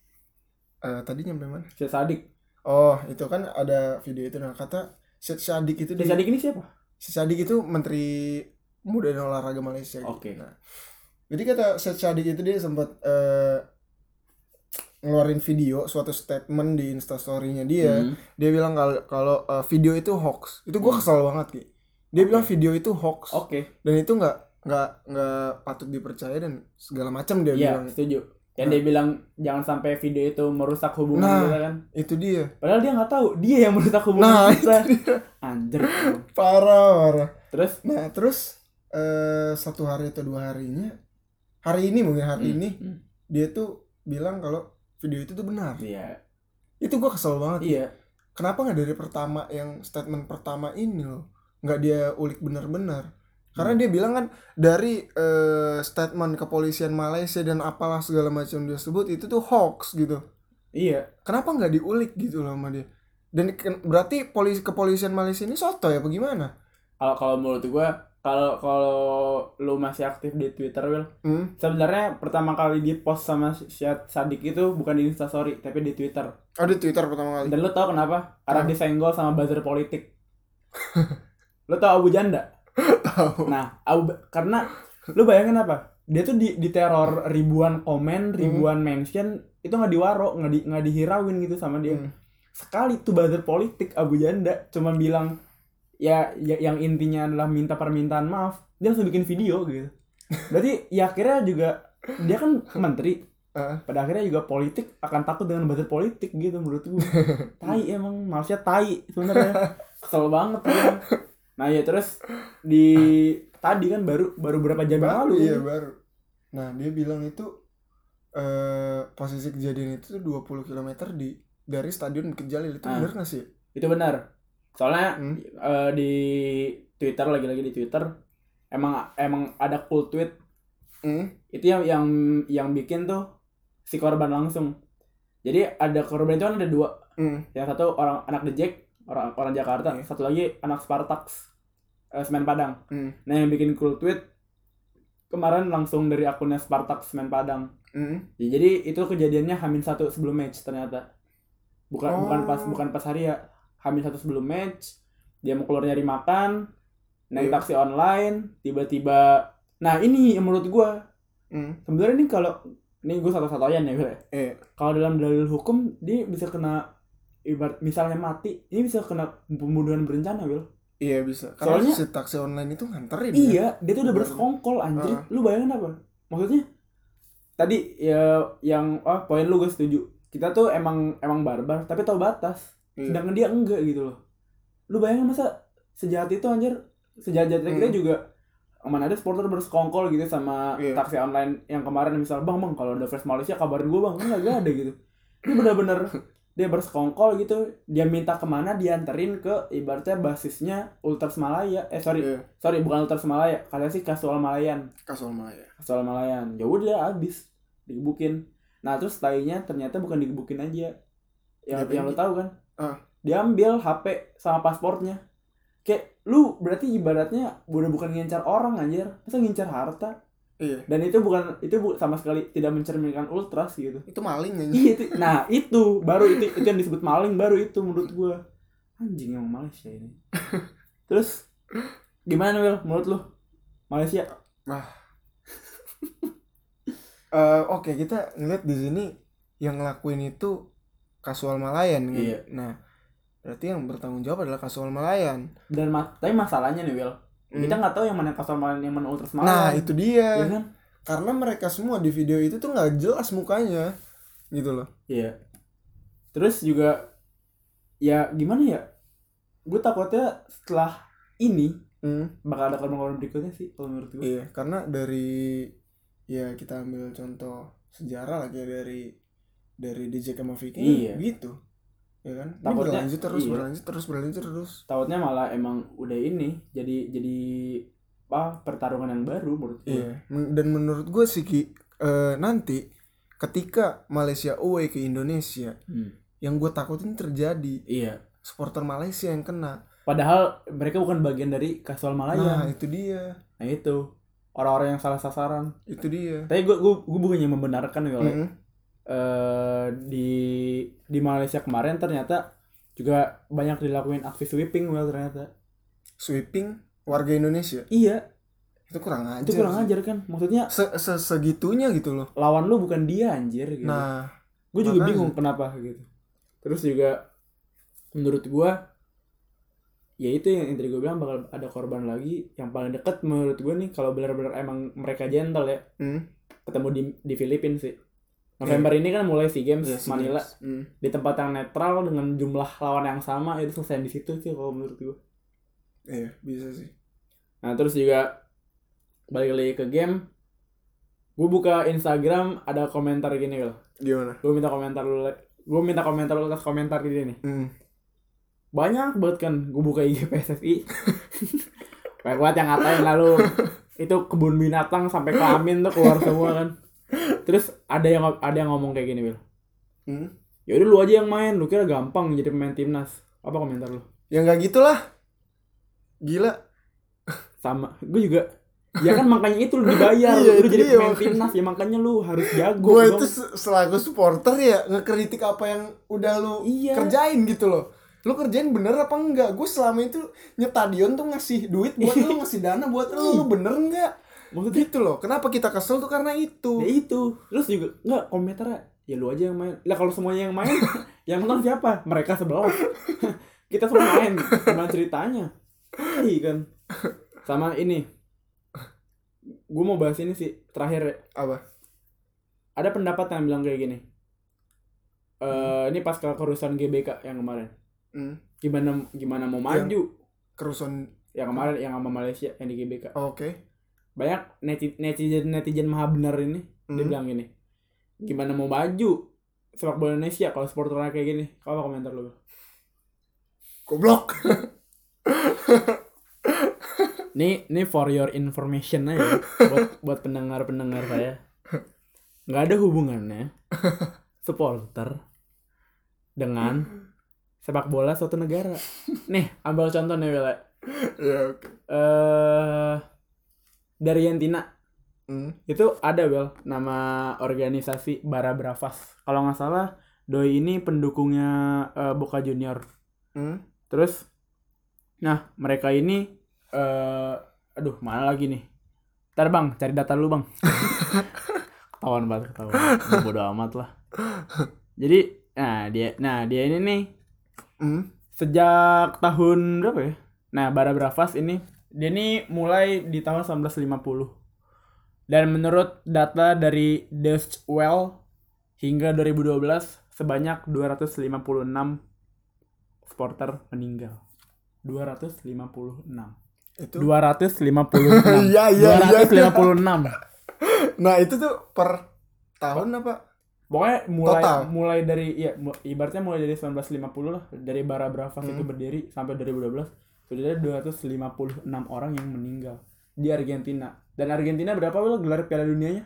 eh, tadi nyampe mana? Si Sadik. Oh, itu kan ada video itu. Nah, kata Syed Sadiq itu Si di- Sadik ini siapa? Syed Sadiq itu Menteri Pemuda dan Olahraga Malaysia. gitu. Oke. Nah, jadi kata Syed Sadiq itu dia sempat eh, ngeluarin video, suatu statement di Instastory-nya dia. Hmm. Dia bilang kalau kalau eh, video itu hoax. Itu gue kesel banget, Ki. Dia Oke. bilang video itu hoax. Oke. Dan itu nggak nggak nggak patut dipercaya dan segala macam dia Iya, bilang. setuju. Yang Nah. dia bilang jangan sampai video itu merusak hubungan Nah. kita kan. Itu dia. Padahal dia nggak tahu, dia yang merusak hubungan Nah, kita. itu dia. Anjir. Parah, parah. Terus Nah, terus eh, satu hari atau dua harinya, hari ini mungkin hari Hmm, ini hmm. dia tuh bilang kalau video itu tuh benar. Iya. Itu gua kesel banget. Iya. Kenapa nggak dari pertama yang statement pertama ini loh, nggak dia ulik benar-benar? Karena dia bilang kan dari eh, statement kepolisian Malaysia dan apalah segala macam dia sebut itu tuh hoax gitu. Iya. Kenapa nggak diulik gitu loh sama dia? Dan ken- berarti polisi kepolisian Malaysia ini soto ya, apa gimana? Kalau kalau menurut gua kalau kalau lu masih aktif di Twitter, Will, Hmm? sebenarnya pertama kali di post sama Syed Sadik itu bukan di Instastory tapi di Twitter. Oh, di Twitter pertama kali. Dan lu tau kenapa? Karena Kenapa? disenggol sama buzzer politik. Lu tau Abu Janda? Tahu. Nah, Abu, karena lu bayangin apa? Dia tuh di, di teror ribuan komen, ribuan mention, itu nggak diwaro, nggak di, nggak dihirauin gitu sama dia. Hmm. Sekali tuh buzzer politik Abu Janda cuma bilang ya, ya yang intinya adalah minta permintaan maaf, dia langsung bikin video gitu. Berarti ya akhirnya juga dia kan menteri, Ah. pada akhirnya juga politik akan takut dengan buzzer politik gitu menurut gue. Tai emang, maksudnya tai sebenarnya. Kesel banget ya. Nah ya terus di tadi kan baru baru berapa jam yang Baru, lalu iya kan? baru. Nah, dia bilang itu eh posisi kejadian itu tuh dua puluh kilometer di dari Stadion Bukit Jalil. Itu Ah. bener gak sih? Itu benar. Soalnya Hmm. eh, di Twitter, lagi-lagi di Twitter emang emang ada cool tweet Hmm. itu yang yang yang bikin tuh si korban langsung. Jadi ada korban itu kan ada dua. Hmm. Yang satu orang anak The Jack, orang orang Jakarta, Iya. satu lagi anak Spartax, eh, Semen Padang. Hmm. Nah yang bikin cool tweet kemarin langsung dari akunnya Spartax Semen Padang. Hmm. Ya, jadi itu kejadiannya Hamin satu sebelum match ternyata. Bukan Oh. bukan pas bukan pas hari ya. Hamin satu sebelum match, dia mau keluar nyari makan, naik Iya. taksi online, tiba-tiba. Nah ini yang menurut gua Hmm. sebenarnya nih kalau ini gue satu-satunya ya, Wil. Eh. Kalau dalam dalil hukum dia bisa kena ibarat misalnya mati, ini bisa kena pembunuhan berencana, Wil. Iya bisa. Karena Soalnya- si taksi online itu nganterin. ya. Iya, dia tuh udah Bener. bersekongkol anjir. Ah. Lu bayangin apa? Maksudnya tadi ya yang oh, poin lu gue setuju. Kita tuh emang emang barbar tapi tahu batas. Iya. Sedangkan dia enggak gitu loh. Lu bayangin masa sejahat itu anjir, sejahat-jahatnya kita Hmm. juga mana ada supporter bersekongkol gitu sama Iya. taksi online yang kemarin misal bang bang kalau ada Fresh Malaysia kabarin gue bang, enggak gak ada gitu. Dia bener-bener dia bersekongkol gitu, dia minta kemana dianterin ke ibaratnya basisnya Ultras Malaya, eh sorry Iya. sorry bukan Ultras Malaya, katanya sih Kasual Malayan, Kasual Malaya. Kasual Malayan. Ya udah abis digebukin. Nah terus tainya ternyata bukan digebukin aja, yang Diapain, yang lo Ki? tahu kan? Ah. Diambil H P sama pasportnya. Kayak lu berarti ibaratnya udah bukan ngincar orang anjir, masa ngincar harta. Iya. Dan itu bukan itu bu, sama sekali tidak mencerminkan ultras gitu. Itu maling aja. Iya itu, nah itu baru itu itu yang disebut maling baru itu menurut gua. Anjing yang Malaysia ini. Terus gimana Will menurut lu Malaysia? Eh, Oke, kita ngeliat di sini yang ngelakuin itu Kasual Malayan kan. Iya. Nah, berarti yang bertanggung jawab adalah Kasual Malayan. Dan ma- tapi masalahnya nih Will, Hmm. kita nggak tahu yang mana Kasual Malayan yang mana ultras Malayan. Nah, itu dia. ya kan? Karena mereka semua di video itu tuh nggak jelas mukanya, gitu loh. Iya. Terus juga ya gimana ya? Gue takutnya setelah ini Hmm. bakal ada korban-korban berikutnya sih kalau menurut gue. Iya, karena dari ya kita ambil contoh sejarah lah kayak dari dari D J sama Viking Iya. gitu. Ya kan? Ini Takutnya- berlanjut terus, iya. berlanjut terus, berlanjut terus. Takutnya malah emang udah ini jadi jadi apa pertarungan yang baru menurut gue. Iya, Men- dan menurut gue sih Ki, eh, nanti ketika Malaysia away ke Indonesia, Hmm. yang gue takutin terjadi Iya. supporter Malaysia yang kena. Padahal mereka bukan bagian dari Kasual Nah, Malaya. itu dia, Nah itu orang-orang yang salah sasaran. itu dia. Tapi gue gue gue bukannya membenarkan ya. Mm-mm. Eh, di di Malaysia kemarin ternyata juga banyak dilakuin aksi sweeping well ternyata. Sweeping warga Indonesia Iya, itu kurang ajar. itu kurang sih. ajar kan. Maksudnya Se- se- segitunya gitu loh. lawan lu bukan dia anjir gitu. Nah, gue juga makanya. bingung kenapa gitu. Terus juga menurut gue ya itu yang tadi gue bilang bakal ada korban lagi. Yang paling deket menurut gue nih kalau benar-benar emang mereka gentle ya hmm, ketemu di di Filipina sih. November ini kan mulai SEA Games ya, SEA Manila Games. Hmm. di tempat yang netral dengan jumlah lawan yang sama, itu selesai di situ sih kalau menurut gue. Iya, bisa sih. Nah terus juga balik lagi ke game, gue buka Instagram ada komentar gini loh. Gimana? Gue minta komentar lu, gue minta komentar lu atas komentar gini nih. Hmm. Banyak banget kan gue buka I G P S S I. Banyak banget yang ngatain lalu itu kebun binatang sampai kelamin tuh keluar semua kan. Terus ada yang ada yang ngomong kayak gini, Will. Hmm. Ya udah lu aja yang main, lu kira gampang jadi pemain timnas. Apa komentar lu? Ya nggak gitulah. Gila. sama gue juga. Ya kan makanya itu lu dibayar, Iya, lu itu jadi dia, pemain makanya. timnas ya makanya lu harus jago Gue dong. itu se- selaku supporter ya ngekritik apa yang udah lu Iya. kerjain gitu loh. Lu kerjain bener apa enggak? Gue selama itu nyetadion tuh ngasih duit buat lu, ngasih dana buat lu, lu bener enggak? Maksudnya Gitu loh. Kenapa kita kesel tuh karena itu. ya itu. Terus juga enggak komentarnya ya lu aja yang main. Lah kalau semuanya yang main, yang nonton siapa? Mereka sebelah. Kita semua main, gimana ceritanya? Iya kan. Sama ini. Gue mau bahas ini sih terakhir ya. Apa? Ada pendapat yang bilang kayak gini. Eh Hmm. ini pas kerusuhan G B K yang kemarin. Hmm. Gimana gimana mau Yang- maju? Kerusuhan. Yang kemarin yang sama Malaysia yang di G B K. Oh, Oke. Banyak neti- netizen netizen maha benar ini dia Hmm. bilang gini. Gimana mau maju sepak bola Indonesia kalau supporternya kayak gini? Apa komentar lu? Goblok. Nih, nih for your information aja buat buat pendengar-pendengar saya. Nggak ada hubungannya supporter dengan sepak bola suatu negara. Nih, ambil contoh nih, Wela. Ya oke. Eh dari Argentina Hmm. itu ada Wel nama organisasi Bara Bravas. Kalau nggak salah, doi ini pendukungnya eh, Boca Junior. Hmm. Terus, nah mereka ini, eh aduh mana lagi nih? Ntar bang, cari data lu bang. Ketahuan banget, ketahuan. Udah bodo amat lah. Jadi, nah dia, nah dia ini nih Hmm. sejak tahun berapa ya? Nah, Bara Bravas ini dia ini mulai di tahun sembilan belas lima puluh. Dan menurut data dari Deutsche Welle hingga dua ribu dua belas sebanyak dua ratus lima puluh enam supporter meninggal. dua ratus lima puluh enam. Itu. dua ratus lima puluh enam. Iya, iya, dua ratus lima puluh enam. Nah, itu tuh per tahun apa? Pokoknya mulai Total. mulai dari ya mu- ibaratnya mulai dari sembilan belas lima puluh lah, dari Bara Bravas Hmm. itu berdiri sampai dua ribu dua belas sudah ada dua ratus lima puluh enam orang yang meninggal di Argentina. Dan Argentina berapa Will gelar Piala Dunianya?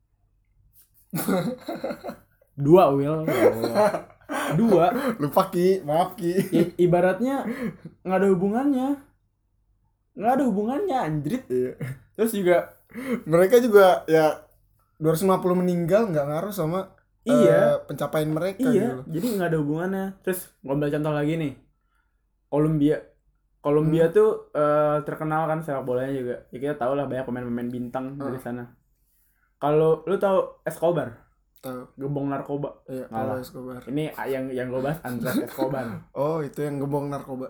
Dua Will. Ya Allah. Dua. Lupa Ki, maaf Ki. I- ibaratnya nggak ada hubungannya. Nggak ada hubungannya anjrit. Iya. Terus juga Mereka juga ya dua ratus lima puluh meninggal nggak ngaruh sama Iya. eh, pencapaian mereka iya, gitu. jadi nggak ada hubungannya. Terus ngambil contoh lagi nih, Kolombia. Kolombia Hmm. tuh eh, terkenal kan sepak bolanya juga. Ya kita tahu lah banyak pemain-pemain bintang dari Ah. sana. Kalau lu tahu Escobar, Tahu. gembong narkoba. Iya, Ngalah. Pablo Escobar. Ini yang yang gue bahas Andres Escobar. Oh, itu yang gembong narkoba.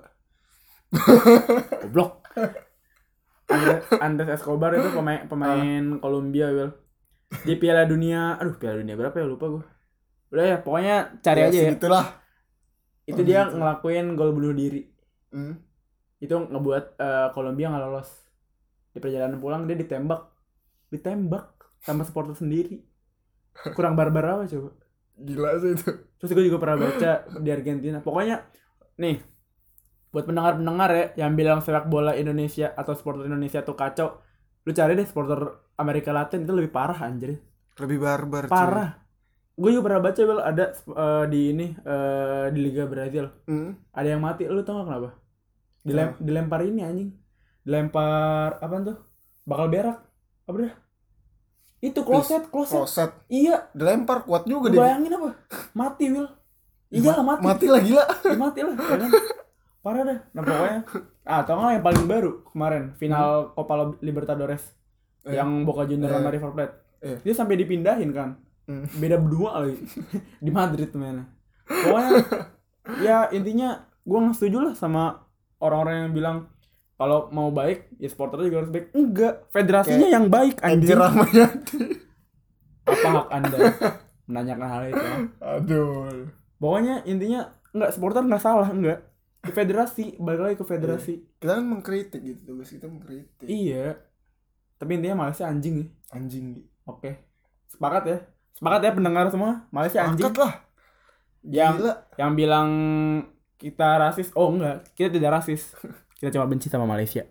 Goblok. Andres, Andres Escobar itu pemain pemain Kolombia, Will. Di Piala Dunia, aduh Piala Dunia berapa ya lupa gue. Udah ya, pokoknya cari Ya, aja ya. segitulah. Itu Oh, dia gitu. ngelakuin gol bunuh diri. Hmm. Itu ngebuat eh, Kolombia nggak lolos. Di perjalanan pulang dia ditembak, ditembak sama supporter sendiri. Kurang barbar apa coba? Gila sih itu. Terus gue juga pernah baca di Argentina. Pokoknya nih buat pendengar-pendengar ya yang bilang sepak bola Indonesia atau supporter Indonesia tuh kacau, lu cari deh supporter Amerika Latin itu lebih parah anjir. Lebih barbar. cuy. Parah. Gue juga pernah baca Bel, ada eh, di ini eh, di Liga Brazil. Hmm. Ada yang mati, lu tau gak kenapa? Dilem- dilempar ini anjing. Dilempar apa tuh? Bakal berak. Apa dah? Itu kloset, kloset. Kloset. Iya, Dilempar kuat juga lu deh. bayangin apa? Mati, Will. Iya lah mati. Mati lah gila. Ya, mati lah, ya kan? Parah dah. Nah, pokoknya ah, tau gak yang paling baru kemarin final Copa Libertadores Eh. yang Boca Juniors Eh. sama River Plate. Eh. Dia sampai dipindahin kan. Hmm. Beda berdua lagi. Di Madrid mainnya. Pokoknya ya intinya gue nggak setuju lah sama orang-orang yang bilang kalau mau baik ya supporternya juga harus baik. Enggak, federasinya Kayak yang baik Anjir anjing. Ramayadi. Apa hak Anda menanyakan hal itu? Aduh. Pokoknya intinya enggak, supporter nggak salah, enggak. Di federasi, balik lagi ke federasi. Kita kan mengkritik gitu, tugas kita mengkritik. Iya. Tapi intinya Malaysia anjing nih. Anjing. Oke. Sepakat ya? Sepakat ya pendengar semua? Malaysia anjing. Angkat lah. Yang Gila. yang bilang kita rasis, oh enggak, kita tidak rasis. Kita cuma benci sama Malaysia.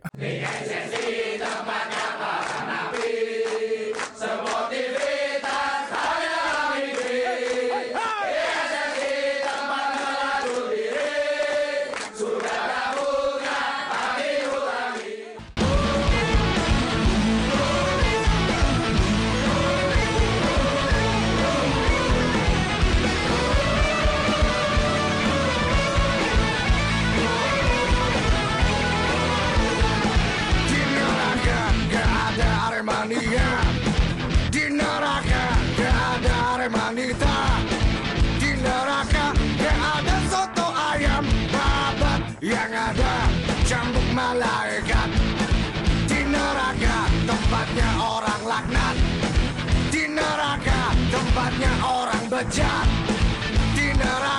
ada remanita. Di neraka yang ada soto ayam babat, yang ada cambuk malaikat. Di neraka tempatnya orang laknat. Di neraka tempatnya orang bejat. Di neraka